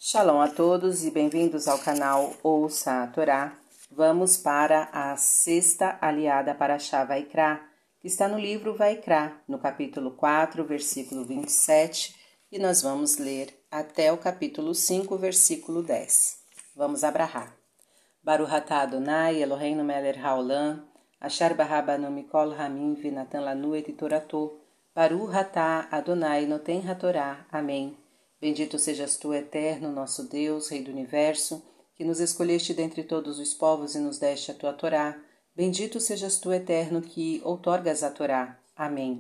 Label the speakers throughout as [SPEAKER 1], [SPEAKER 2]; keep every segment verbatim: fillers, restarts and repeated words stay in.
[SPEAKER 1] Shalom a todos e bem-vindos ao canal Ouça a Torá. Vamos para a sexta aliada Parashá Vaikra, que está no livro Vaikra, no capítulo quatro, versículo vinte e sete, e nós vamos ler até o capítulo cinco, versículo dez. Vamos abrahar. Baruch atah Adonai Eloheinu melech haolam, asher bara banu mikol hamim v'natan lanu et torato. Baruch atah Adonai noten hatorá. Amém. Bendito sejas tu, eterno, nosso Deus, Rei do Universo, que nos escolheste dentre todos os povos e nos deste a tua Torá. Bendito sejas tu, eterno, que outorgas a Torá. Amém.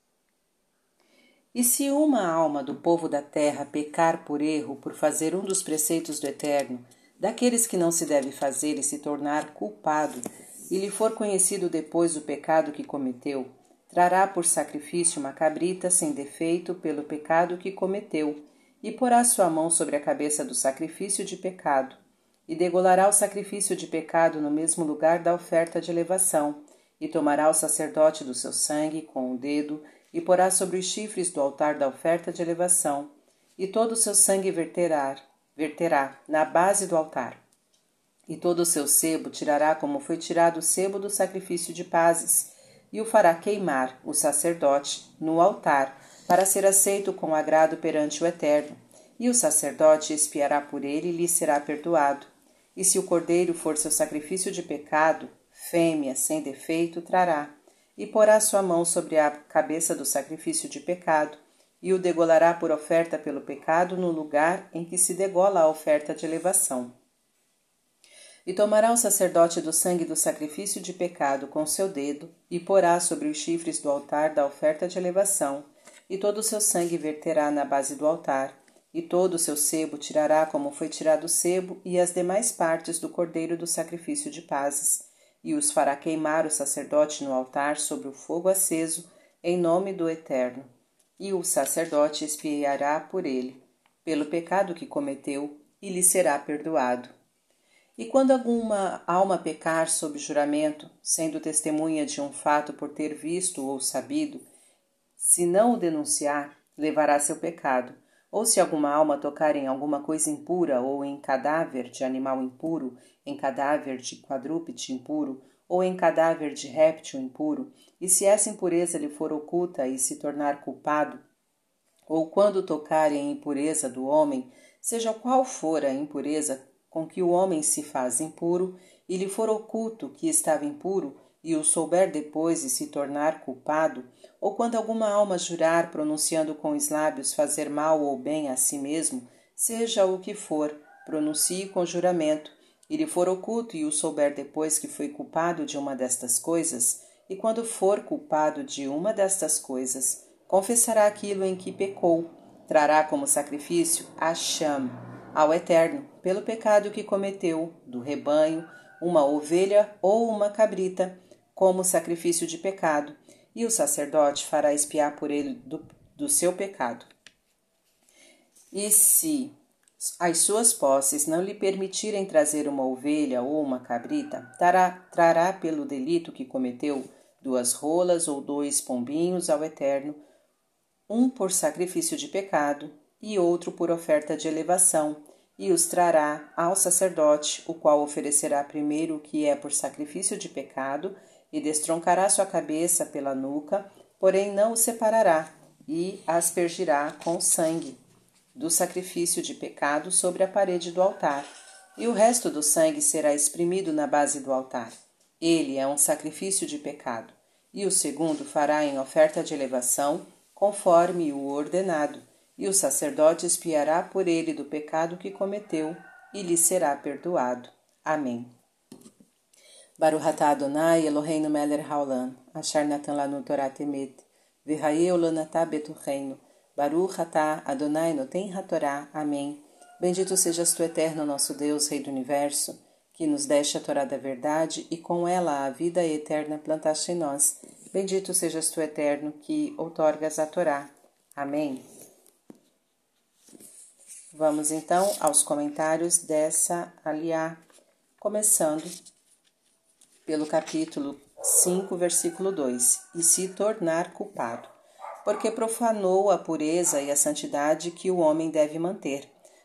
[SPEAKER 1] E se uma alma do povo da terra pecar por erro, por fazer um dos preceitos do Eterno, daqueles que não se deve fazer, e se tornar culpado, e lhe for conhecido depois o pecado que cometeu, trará por sacrifício uma cabrita sem defeito pelo pecado que cometeu, e porá sua mão sobre a cabeça do sacrifício de pecado, e degolará o sacrifício de pecado no mesmo lugar da oferta de elevação, e tomará o sacerdote do seu sangue com o dedo, e porá sobre os chifres do altar da oferta de elevação, e todo o seu sangue verterá, verterá na base do altar. E todo o seu sebo tirará como foi tirado o sebo do sacrifício de pazes, e o fará queimar, o sacerdote, no altar, para ser aceito com agrado perante o Eterno, e o sacerdote expiará por ele e lhe será perdoado. E se o cordeiro for seu sacrifício de pecado, fêmea, sem defeito, trará, e porá sua mão sobre a cabeça do sacrifício de pecado, e o degolará por oferta pelo pecado no lugar em que se degola a oferta de elevação. E tomará o sacerdote do sangue do sacrifício de pecado com seu dedo, e porá sobre os chifres do altar da oferta de elevação, e todo o seu sangue verterá na base do altar, e todo o seu sebo tirará como foi tirado o sebo e as demais partes do cordeiro do sacrifício de pazes, e os fará queimar o sacerdote no altar sobre o fogo aceso, em nome do Eterno. E o sacerdote expiará por ele, pelo pecado que cometeu, e lhe será perdoado. E quando alguma alma pecar sob juramento, sendo testemunha de um fato por ter visto ou sabido, se não o denunciar, levará seu pecado. Ou se alguma alma tocar em alguma coisa impura, ou em cadáver de animal impuro, em cadáver de quadrúpede impuro, ou em cadáver de réptil impuro, e se essa impureza lhe for oculta e se tornar culpado, ou quando tocar em impureza do homem, seja qual for a impureza com que o homem se faz impuro, e lhe for oculto que estava impuro, e o souber depois e se tornar culpado, ou quando alguma alma jurar, pronunciando com os lábios fazer mal ou bem a si mesmo, seja o que for, pronuncie com juramento, e lhe for oculto e o souber depois que foi culpado de uma destas coisas, e quando for culpado de uma destas coisas, confessará aquilo em que pecou, trará como sacrifício a Sham, ao Eterno, pelo pecado que cometeu, do rebanho, uma ovelha ou uma cabrita, como sacrifício de pecado, e o sacerdote fará expiar por ele do, do seu pecado. E se as suas posses não lhe permitirem trazer uma ovelha ou uma cabrita, trará, trará pelo delito que cometeu duas rolas ou dois pombinhos ao Eterno, um por sacrifício de pecado e outro por oferta de elevação, e os trará ao sacerdote, o qual oferecerá primeiro o que é por sacrifício de pecado, e destroncará sua cabeça pela nuca, porém não o separará, e aspergirá com sangue do sacrifício de pecado sobre a parede do altar, e o resto do sangue será exprimido na base do altar. Ele é um sacrifício de pecado, e o segundo fará em oferta de elevação, conforme o ordenado, e o sacerdote expiará por ele do pecado que cometeu, e lhe será perdoado. Amém. Baruch atah Adonai Eloheinu melech haolam, asher natan lanu Torah temet, v'hayeu lanatah betucheinu. Baruch atah Adonai noten hatorá. Amém. Bendito sejas tu, eterno, nosso Deus, Rei do Universo, que nos deste a Torá da verdade e com ela a vida eterna plantaste em nós. Bendito sejas tu, eterno, que outorgas a Torá. Amém. Vamos então aos comentários dessa aliá, começando pelo capítulo cinco, versículo dois. E se tornar culpado, porque profanou a pureza e a santidade que o homem deve manter,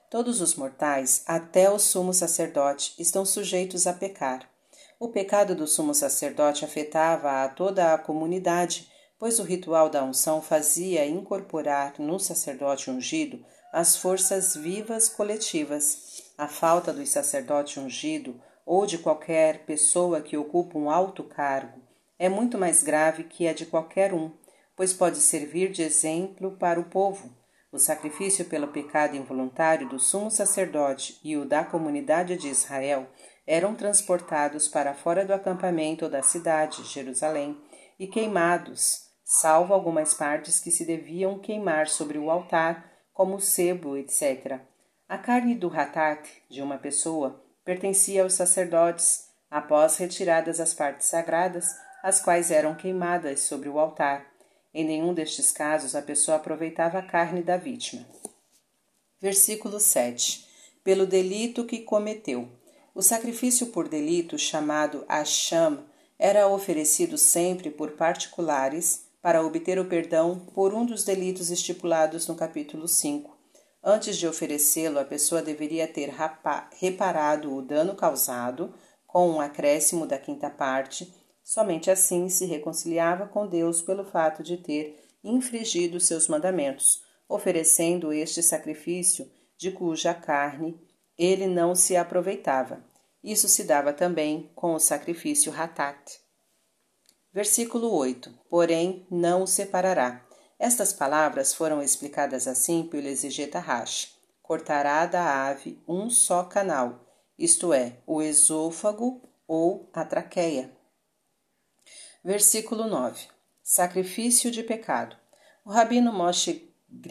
[SPEAKER 1] Todos os mortais, até o sumo sacerdote, estão sujeitos a pecar. O pecado do sumo sacerdote afetava a toda a comunidade, pois o ritual da unção fazia incorporar no sacerdote ungido as forças vivas coletivas. A falta do sacerdote ungido ou de qualquer pessoa que ocupa um alto cargo é muito mais grave que a de qualquer um, pois pode servir de exemplo para o povo. O sacrifício pelo pecado involuntário do sumo sacerdote e o da comunidade de Israel eram transportados para fora do acampamento ou da cidade, Jerusalém, e queimados, salvo algumas partes que se deviam queimar sobre o altar, como o sebo, etcétera. A carne do hatat de uma pessoa pertencia aos sacerdotes, após retiradas as partes sagradas, as quais eram queimadas sobre o altar. Em nenhum destes casos a pessoa aproveitava a carne da vítima. Versículo sete. Pelo delito que cometeu. O sacrifício por delito, chamado Asham, era oferecido sempre por particulares para obter o perdão por um dos delitos estipulados no capítulo cinco. Antes de oferecê-lo, a pessoa deveria ter reparado o dano causado com um acréscimo da quinta parte. Somente assim se reconciliava com Deus pelo fato de ter infringido seus mandamentos, oferecendo este sacrifício de cuja carne ele não se aproveitava. Isso se dava também com o sacrifício hatat. Versículo oito. Porém, não o separará. Estas palavras foram explicadas assim pelo exegeta Rashi. Cortará da ave um só canal, isto é, o esôfago ou a traqueia. Versículo nove. Sacrifício de pecado. O rabino Moshe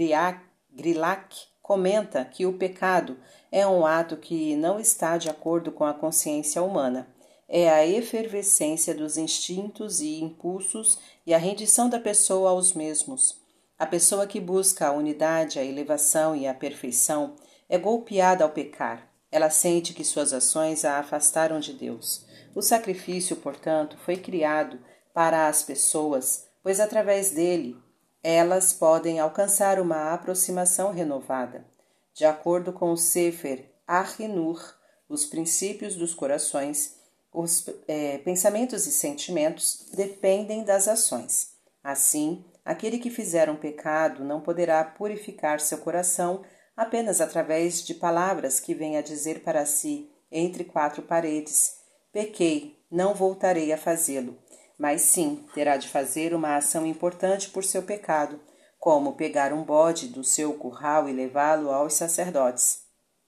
[SPEAKER 1] Grilak comenta que o pecado é um ato que não está de acordo com a consciência humana. É a efervescência dos instintos e impulsos e a rendição da pessoa aos mesmos. A pessoa que busca a unidade, a elevação e a perfeição é golpeada ao pecar. Ela sente que suas ações a afastaram de Deus. O sacrifício, portanto, foi criado para as pessoas, pois através dele elas podem alcançar uma aproximação renovada. De acordo com o Sefer Ahinur, os princípios dos corações, os é, pensamentos e sentimentos dependem das ações. Assim, aquele que fizer um pecado não poderá purificar seu coração apenas através de palavras que venha dizer para si, entre quatro paredes: pequei, não voltarei a fazê-lo. Mas sim, terá de fazer uma ação importante por seu pecado, como pegar um bode do seu curral e levá-lo aos sacerdotes.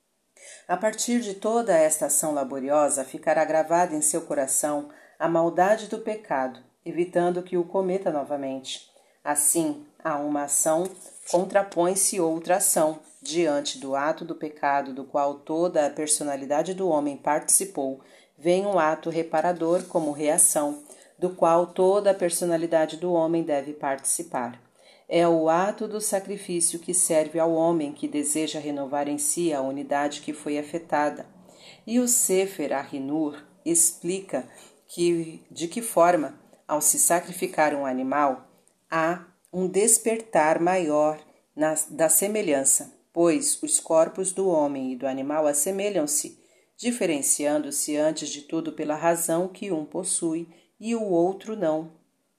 [SPEAKER 1] A partir de toda esta ação laboriosa, ficará gravada em seu coração a maldade do pecado, evitando que o cometa novamente. Assim, a uma ação contrapõe-se outra ação, diante do ato do pecado do qual toda a personalidade do homem participou, vem um ato reparador como reação, do qual toda a personalidade do homem deve participar. É o ato do sacrifício que serve ao homem que deseja renovar em si a unidade que foi afetada. E o Sefer Ahinur explica que, de que forma, ao se sacrificar um animal, há um despertar maior na, da semelhança, pois os corpos do homem e do animal assemelham-se, diferenciando-se antes de tudo pela razão que um possui e o outro não.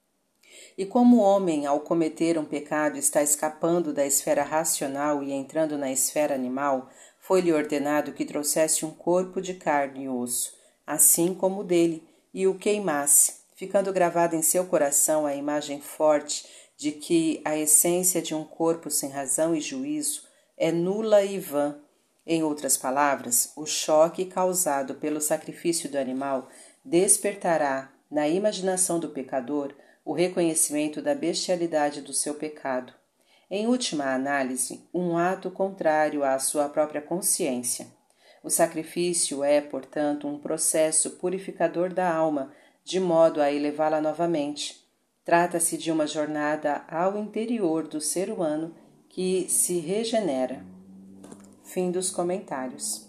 [SPEAKER 1] E como o homem, ao cometer um pecado, está escapando da esfera racional e entrando na esfera animal, foi-lhe ordenado que trouxesse um corpo de carne e osso, assim como o dele, e o queimasse, ficando gravada em seu coração a imagem forte de que a essência de um corpo sem razão e juízo é nula e vã. Em outras palavras, o choque causado pelo sacrifício do animal despertará na imaginação do pecador o reconhecimento da bestialidade do seu pecado. Em última análise, um ato contrário à sua própria consciência. O sacrifício é, portanto, um processo purificador da alma, de modo a elevá-la novamente. Trata-se de uma jornada ao interior do ser humano que se regenera. Fim dos comentários.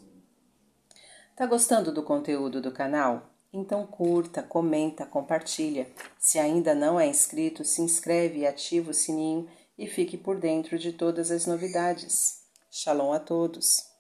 [SPEAKER 1] Tá gostando do conteúdo do canal? Então curta, comenta, compartilha. Se ainda não é inscrito, se inscreve e ativa o sininho e fique por dentro de todas as novidades. Shalom a todos!